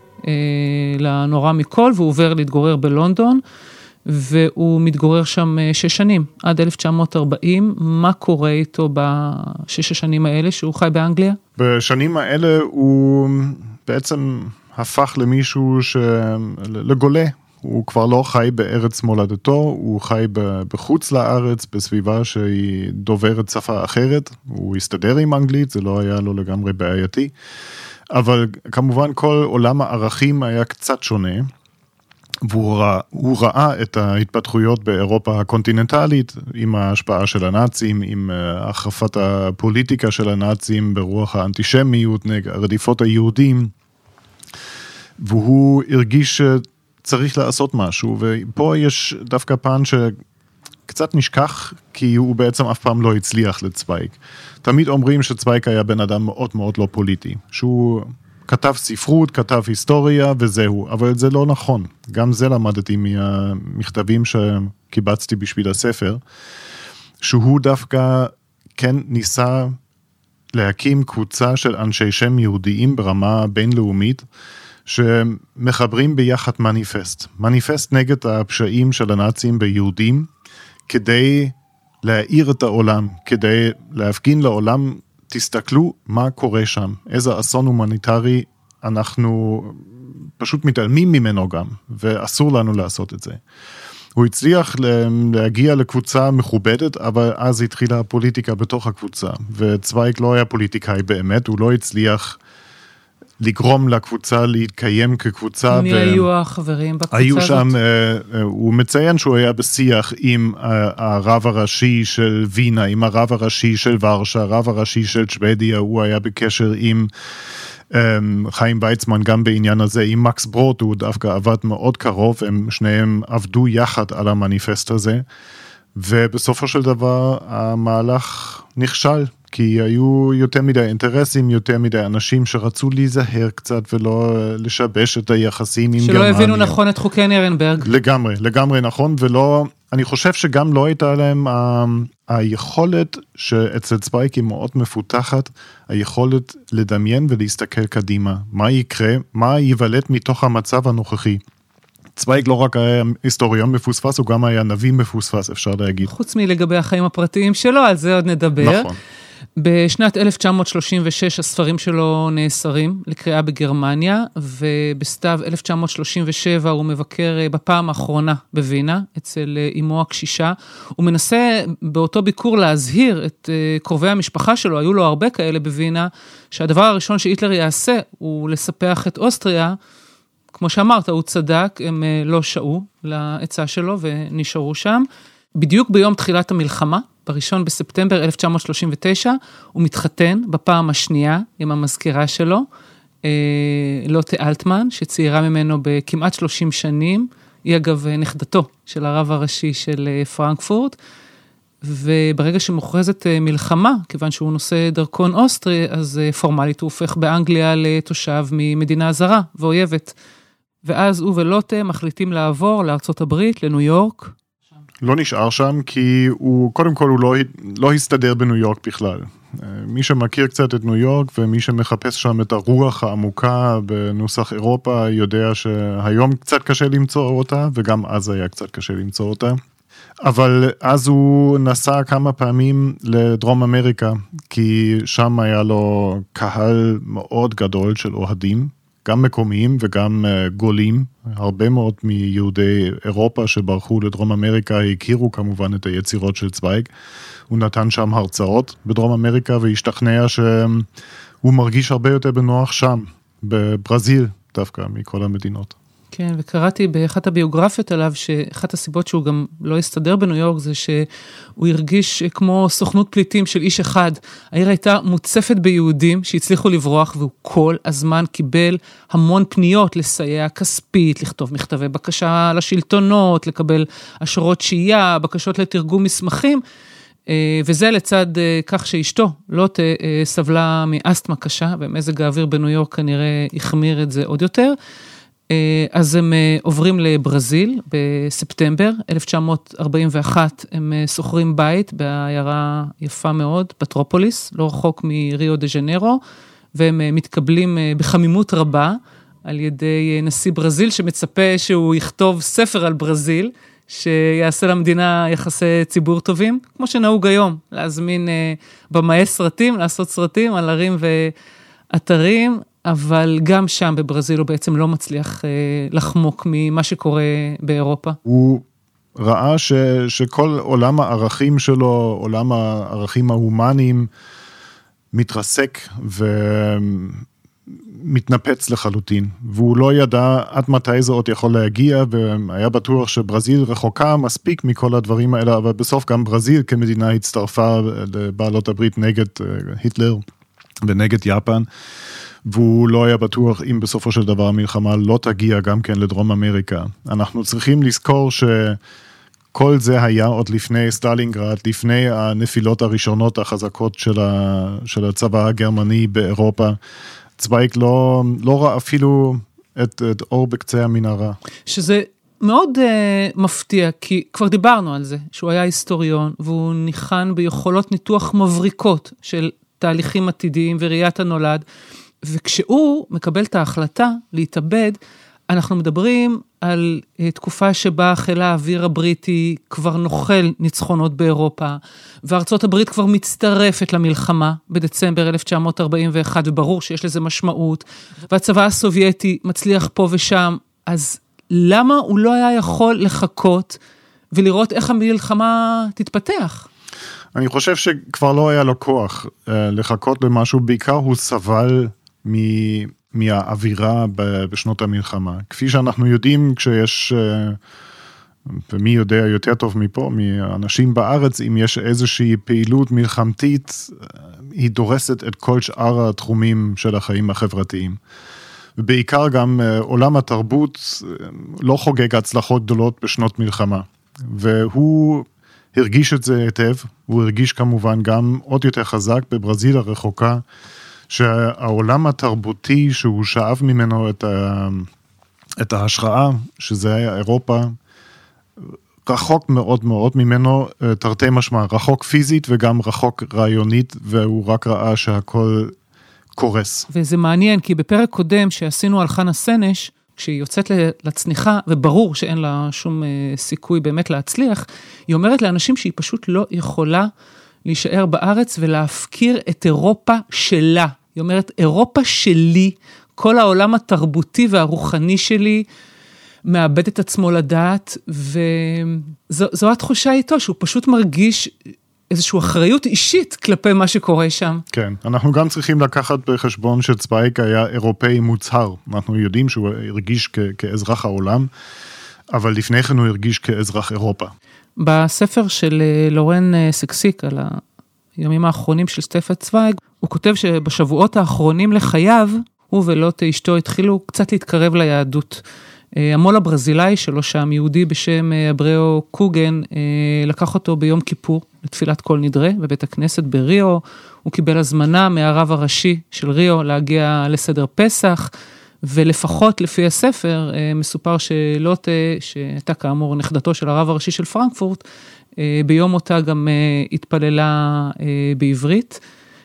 לנורא מכל, והוא עובר להתגורר בלונדון, והוא מתגורר שם 6 שנים, עד 1940. מה קורה איתו ב6 השנים האלה שהוא חי באנגליה? בשנים האלה הוא בעצם הפך למישהו לגולה. הוא כבר לא חי בארץ מולדתו, הוא חי בחוץ לארץ, בסביבה שהיא דוברת שפה אחרת. הוא הסתדר עם אנגלית, זה לא היה לו לגמרי בעייתי. אבל כמובן כל עולם הערכים היה קצת שונה, והוא ראה את ההתפתחויות באירופה הקונטיננטלית, עם ההשפעה של הנאצים, עם החרפת הפוליטיקה של הנאצים ברוח האנטישמיות, נגד רדיפות היהודים, והוא הרגיש שצריך לעשות משהו, ופה יש דווקא פן שקצת נשכח, כי הוא בעצם אף פעם לא הצליח לצוויג. תמיד אומרים שצוויג היה בן אדם מאוד מאוד לא פוליטי, שהוא כתב ספרות, כתב היסטוריה וזהו, אבל זה לא נכון. גם זה למדתי מהמכתבים שקיבצתי בשביל הספר, שהוא דווקא כן ניסה להקים קבוצה של אנשי שם יהודיים ברמה בינלאומית, שמחברים ביחד מניפסט נגד הפשעים של הנאצים ביהודים, כדי להאיר את העולם, כדי להפגין לעולם, תסתכלו מה קורה שם, איזה אסון הומניטרי אנחנו פשוט מתעלמים ממנו גם, ואסור לנו לעשות את זה. הוא הצליח להגיע לקבוצה מכובדת, אבל אז התחילה הפוליטיקה בתוך הקבוצה, וצוויג לא היה פוליטיקאי באמת, הוא לא הצליח לגרום לקבוצה להתקיים כקבוצה. מי היו החברים בקבוצה הזאת? היו שם, הוא מציין שהוא היה בשיח עם הרב הראשי של וינה, עם הרב הראשי של ורשה, הרב הראשי של שוודיה, הוא היה בקשר עם חיים ויצמן גם בעניין הזה, עם מקס ברוט, הוא דווקא עבד מאוד קרוב, הם שניהם עבדו יחד על המניפסט הזה, ובסופו של דבר המהלך נכשל, כי היו יותר מדי אינטרסים, יותר מדי אנשים שרצו להיזהר קצת ולא לשבש את היחסים עם גרמניה. שלא הבינו נכון את חוקי נירנברג. לגמרי נכון, ולא, אני חושב שגם לא הייתה להם היכולת שאצל צוויג היא מאוד מפותחת, היכולת לדמיין ולהסתכל קדימה. מה יקרה, מה ייוולד מתוך המצב הנוכחי. צוויג לא רק היה היסטוריון מפוספס, הוא גם היה נביא מפוספס, אפשר להגיד. חוץ מלגבי החיים הפרטיים שלו, על זה עוד נדבר. נכון. בשנת 1936 הספרים שלו נאסרים לקריאה בגרמניה, ובסתיו 1937 הוא מבקר בפעם האחרונה בווינה, אצל אמו הקשישה. הוא מנסה באותו ביקור להזהיר את קרובי המשפחה שלו, היו לו הרבה כאלה בווינה, שהדבר הראשון שהיטלר יעשה הוא לספח את אוסטריה. כמו שאמרת, הוא צדק, הם לא שעו לעצה שלו ונשארו שם. בדיוק ביום תחילת המלחמה, בראשון בספטמבר 1939, הוא מתחתן בפעם השנייה עם המזכירה שלו, לוטה אלטמן, שצעירה ממנו בכמעט 30 שנים, היא אגב נכדתו של הרב הראשי של פרנקפורט, וברגע שמוכרזת מלחמה, כיוון שהוא נושא דרכון אוסטרי, אז פורמלית הוא הופך באנגליה לתושב ממדינה זרה ואויבת. ואז הוא ולוטה מחליטים לעבור לארצות הברית, לניו יורק. לא נשאר שם כי הוא, קודם כל הוא לא הסתדר בניו יורק בכלל. מי שמכיר קצת את ניו יורק ומי שמחפש שם את הרוח העמוקה בנוסח אירופה, יודע שהיום קצת קשה למצוא אותה, וגם אז היה קצת קשה למצוא אותה. אבל אז הוא נסע כמה פעמים לדרום אמריקה, כי שם היה לו קהל מאוד גדול של אוהדים, גם מקומיים וגם גולים. הרבה מאוד מיהודי אירופה שברחו לדרום אמריקה הכירו כמובן את היצירות של צוויג. הוא נתן שם הרצאות בדרום אמריקה והשתכנע שהוא מרגיש הרבה יותר בנוח שם, בברזיל דווקא מכל המדינות. כן, וקראתי באחת הביוגרפיות עליו, שאחת הסיבות שהוא גם לא הסתדר בניו יורק, זה שהוא הרגיש כמו סוכנות פליטים של איש אחד. העיר הייתה מוצפת ביהודים שהצליחו לברוח, והוא כל הזמן קיבל המון פניות לסייע כספית, לכתוב מכתבי בקשה לשלטונות, לקבל אשרות שהייה, בקשות לתרגום מסמכים, וזה לצד כך שאשתו לא סבלה מאסתמה קשה, ומזג האוויר בניו יורק כנראה החמיר את זה עוד יותר. אז הם עוברים לברזיל בספטמבר 1941, הם סוחרים בית בעיירה יפה מאוד, פטרופוליס, לא רחוק מריו דה ז'נרו, והם מתקבלים בחמימות רבה על ידי נשיא ברזיל, שמצפה שהוא יכתוב ספר על ברזיל, שיעשה למדינה יחסי ציבור טובים, כמו שנהוג היום, להזמין במאי סרטים, לעשות סרטים על ערים ואתרים, אבל גם שם בברזיל הוא בעצם לא מצליח לחמוק ממה שקורה באירופה. הוא ראה שכל עולם הערכים שלו, עולם הערכים ההומניים, מתרסק ומתנפץ לחלוטין. והוא לא ידע עד מתי זה עוד יכול להגיע, והיה בטוח שברזיל רחוקה מספיק מכל הדברים האלה, אבל בסוף גם ברזיל כמדינה הצטרפה לבעלות הברית נגד היטלר ונגד יפן. והוא לא היה בטוח אם בסופו של דבר המלחמה לא תגיע גם כן לדרום אמריקה. אנחנו צריכים לזכור שכל זה היה עוד לפני סטלינגרד, לפני הנפילות הראשונות החזקות של הצבא הגרמני באירופה. צוויג לא ראה אפילו את אור בקצה המנהרה. שזה מאוד מפתיע, כי כבר דיברנו על זה, שהוא היה היסטוריון, והוא ניחן ביכולות ניתוח מבריקות של תהליכים עתידיים וראיית הנולד, וכשהוא מקבל את ההחלטה להתאבד, אנחנו מדברים על תקופה שבה חיל האוויר הבריטי כבר נוחל ניצחונות באירופה, וארצות הברית כבר מצטרפת למלחמה בדצמבר 1941, וברור שיש לזה משמעות, והצבא הסובייטי מצליח פה ושם, אז למה הוא לא היה יכול לחכות ולראות איך המלחמה תתפתח? אני חושב שכבר לא היה לו כוח לחכות למשהו, בעיקר הוא סבל מהאווירה בשנות המלחמה. כפי שאנחנו יודעים, כשיש, ומי יודע יותר טוב מפה, מאנשים בארץ, אם יש איזושהי פעילות מלחמתית, היא דורסת את כל שאר התחומים של החיים החברתיים. ובעיקר גם עולם התרבות לא חוגג הצלחות גדולות בשנות מלחמה. והוא הרגיש את זה היטב, הוא הרגיש כמובן גם עוד יותר חזק בברזיל הרחוקה, שהעולם התרבותי שהוא שאב ממנו את ההשראה, שזה היה אירופה, רחוק מאוד מאוד ממנו, תרתי משמע, רחוק פיזית וגם רחוק רעיונית, והוא רק ראה שהכל קורס. וזה מעניין, כי בפרק קודם שעשינו על חנה סנש, כשהיא יוצאת לצניחה, וברור שאין לה שום סיכוי באמת להצליח, היא אומרת לאנשים שהיא פשוט לא יכולה להישאר בארץ ולהפקיר את אירופה שלה. היא אומרת, אירופה שלי, כל העולם התרבותי והרוחני שלי, מאבד את עצמו לדעת, וזו התחושה איתו, שהוא פשוט מרגיש איזושהי אחריות אישית כלפי מה שקורה שם. כן, אנחנו גם צריכים לקחת בחשבון שצוויג היה אירופאי מוצהר. אנחנו יודעים שהוא הרגיש כאזרח העולם, אבל לפני כן הוא הרגיש כאזרח אירופה. בספר של לורן סקסיק, על הימים האחרונים של סטפן צוויג, הוא כותב שבשבועות האחרונים לחייו, הוא ולוטה אשתו התחילו קצת להתקרב ליהדות. המול הברזילאי שלו שם, יהודי בשם אבראו קוגן, לקח אותו ביום כיפור לתפילת כל נדרה בבית הכנסת בריו. הוא קיבל הזמנה מהרב הראשי של ריו להגיע לסדר פסח, ולפחות לפי הספר מסופר שלוטה, שהייתה כאמור נכדתו של הרב הראשי של פרנקפורט, ביום אותה גם התפללה בעברית,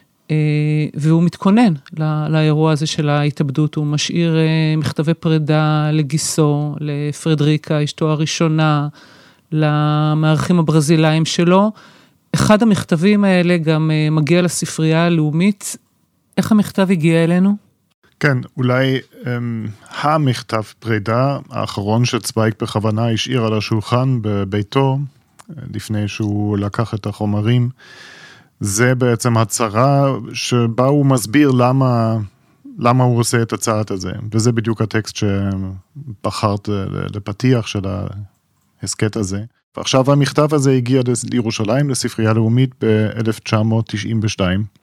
והוא מתכונן לאירוע הזה של ההתאבדות, הוא משאיר מכתבי פרידה לגיסו, לפרדריקה, אשתו הראשונה, למארחים הברזילאים שלו. אחד המכתבים האלה גם מגיע לספרייה הלאומית. איך המכתב הגיע אלינו? כן, אולי המכתב פרידה האחרון שצוויג בכוונה השאיר על השולחן בביתו, לפני שהוא לקח את החומרים, זה בעצם הצהרה שבה הוא מסביר למה הוא עושה את הצעד הזה. וזה בדיוק הטקסט שבחרת לפתיח של ההסקט הזה. ועכשיו המכתב הזה הגיע לירושלים, לספרייה הלאומית ב-1992.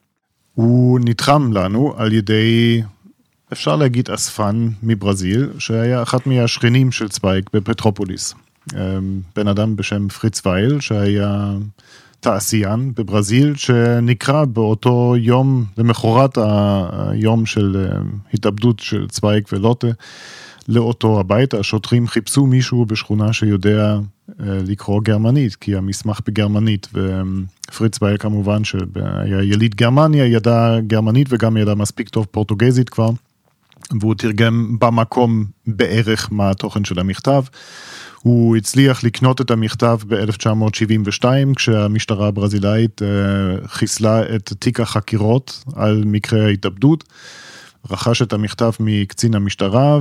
הוא נתחם לנו על ידי, אפשר להגיד, אספן מברזיל, שהיה אחת מהשכנים של צוויג בפטרופוליס. בן אדם בשם פריץ וייל, שהיה תעשיין בברזיל, שנקרא באותו יום, למחרת היום של התאבדות של צוויג ולוטה, לאותו הבית. השוטרים חיפשו מישהו בשכונה שיודע לקרוא גרמנית, כי המסמך בגרמנית, ופריץ וייל כמובן שהיה יליד גרמניה, ידע גרמנית וגם ידע מספיק טוב פורטוגזית כבר, והוא תרגם במקום בערך מה התוכן של המכתב. הוא הצליח לקנות את המכתב ב-1972, כשהמשטרה הברזילאית חיסלה את תיק החקירות על מקרה ההתאבדות, רכש את המכתב מקצין המשטרה,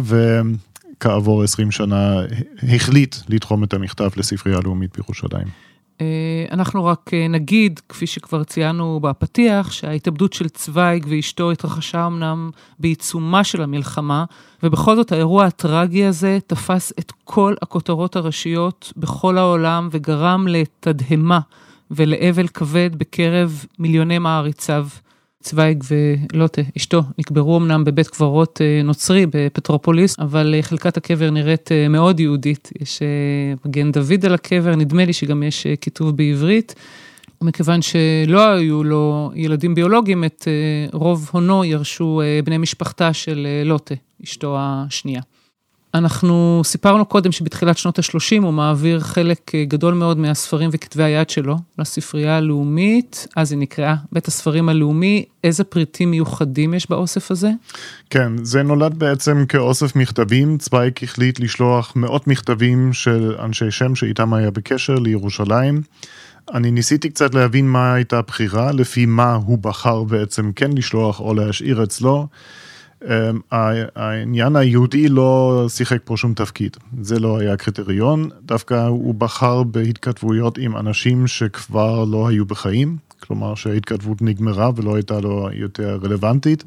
וכעבור 20 שנה החליט לתחום את המכתב לספרייה הלאומית בירושלים. אנחנו רק נגיד, כפי שכבר ציינו בפתיח, שההתאבדות של צוויג ואשתו התרחשה אמנם בעיצומה של המלחמה, ובכל זאת האירוע הטרגי הזה תפס את כל הכותרות הראשיות בכל העולם, וגרם לתדהמה ולאבל כבד בקרב מיליוני מעריציו. צוויג ולוטה, אשתו, נקברו אמנם בבית קברות נוצרי בפטרופוליס, אבל חלקת הקבר נראית מאוד יהודית. יש מגן דוד על הקבר, נדמה לי שגם יש כיתוב בעברית, ומכיוון שלא היו לו ילדים ביולוגיים, את רוב הונו ירשו בני משפחתה של לוטה, אשתו השנייה. אנחנו סיפרנו קודם שבתחילת שנות ה-30 הוא מעביר חלק גדול מאוד מהספרים וכתבי היד שלו לספרייה הלאומית, אז היא נקראה בית הספרים הלאומי. איזה פריטים מיוחדים יש באוסף הזה? כן, זה נולד בעצם כאוסף מכתבים. צוויג החליט לשלוח מאות מכתבים של אנשי שם שאיתם היה בקשר לירושלים. אני ניסיתי קצת להבין מה הייתה הבחירה, לפי מה הוא בחר בעצם כן לשלוח או להשאיר אצלו. העניין היהודי לא שיחק פה שום תפקיד, זה לא היה קריטריון, דווקא הוא בחר בהתכתבויות עם אנשים שכבר לא היו בחיים, כלומר שההתכתבות נגמרה ולא הייתה לו יותר רלוונטית,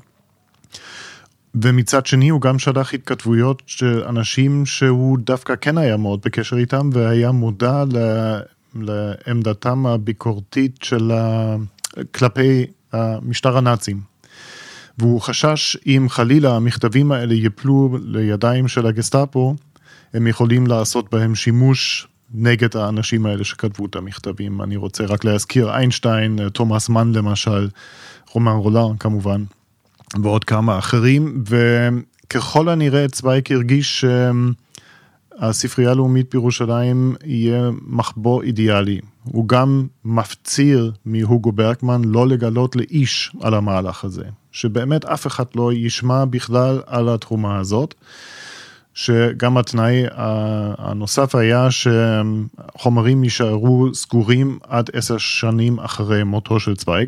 ומצד שני הוא גם שלח התכתבויות של אנשים שהוא דווקא כן היה מאוד בקשר איתם, והיה מודע לעמדתם הביקורתית של כלפי המשטר הנאצים. והוא חשש אם חלילה המכתבים האלה יפלו לידיים של הגסטאפו, הם יכולים לעשות בהם שימוש נגד האנשים האלה שכתבו את המכתבים. אני רוצה רק להזכיר איינשטיין, תומאס מן למשל, רומן רולר כמובן, ועוד כמה אחרים, וככל הנראה צוויג הרגיש שהספרייה הלאומית בירושלים יהיה מחבוא אידיאלי. הוא גם מפציר מהוגו ברקמן לא לגלות לאיש על המהלך הזה. שבאמת אף אחד לא ישמע בכלל על התרומה הזאת, שגם התנאי הנוסף היה שחומרים יישארו סגורים עד 10 שנים אחרי מותו של צוויג,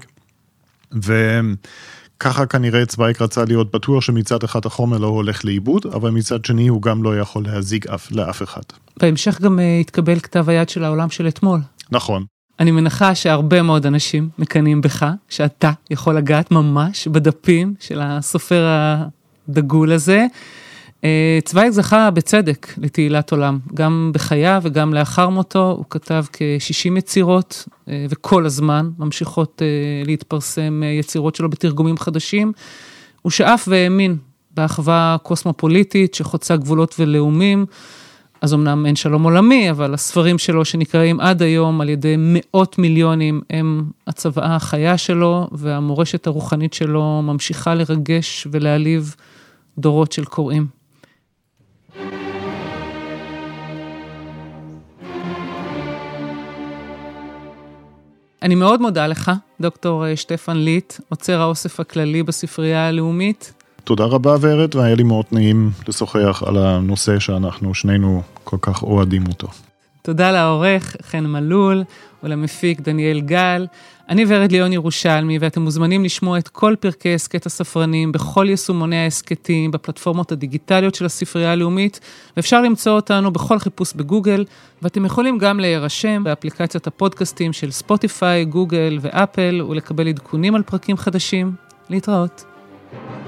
וככה כנראה צוויג רצה להיות בטוח שמצד אחד החומר לא הולך לאיבוד, אבל מצד שני הוא גם לא יכול להזיק לאף אחד. בהמשך גם התקבל כתב היד של העולם של אתמול. נכון. אני מנחה שהרבה מאוד אנשים מקנים בך, שאתה יכול לגעת ממש בדפים של הסופר הדגול הזה. צוויג זכה בצדק לתהילת עולם, גם בחייו וגם לאחר מותו, הוא כתב כ-60 יצירות, וכל הזמן ממשיכות להתפרסם יצירות שלו בתרגומים חדשים. הוא שאף והאמין באחווה קוסמופוליטית שחוצה גבולות ולאומים, אז אמנם אין שלום עולמי, אבל הספרים שלו שנקראים עד היום על ידי מאות מיליונים הם הצוואה החיה שלו, והמורשת הרוחנית שלו ממשיכה לרגש ולהליב דורות של קוראים. אני מאוד מודה לך, דוקטור שטפן ליט, עוצר האוסף הכללי בספרייה הלאומית. תודה רבה ורד, והיה לי מאוד נעים לשוחח על הנושא שאנחנו שנינו כל כך אוהדים אותו. תודה לעורך חן מלול ולמפיק דניאל גל. אני ורד ליאון ירושלמי, ואתם מוזמנים לשמוע את כל פרקי עסקת הספרנים בכל יישומוני העסקתים, בפלטפורמות הדיגיטליות של הספרייה הלאומית, ואפשר למצוא אותנו בכל חיפוש בגוגל, ואתם יכולים גם להירשם באפליקציות הפודקאסטים של ספוטיפיי, גוגל ואפל, ולקבל עדכונים על פרקים חדשים. להתראות.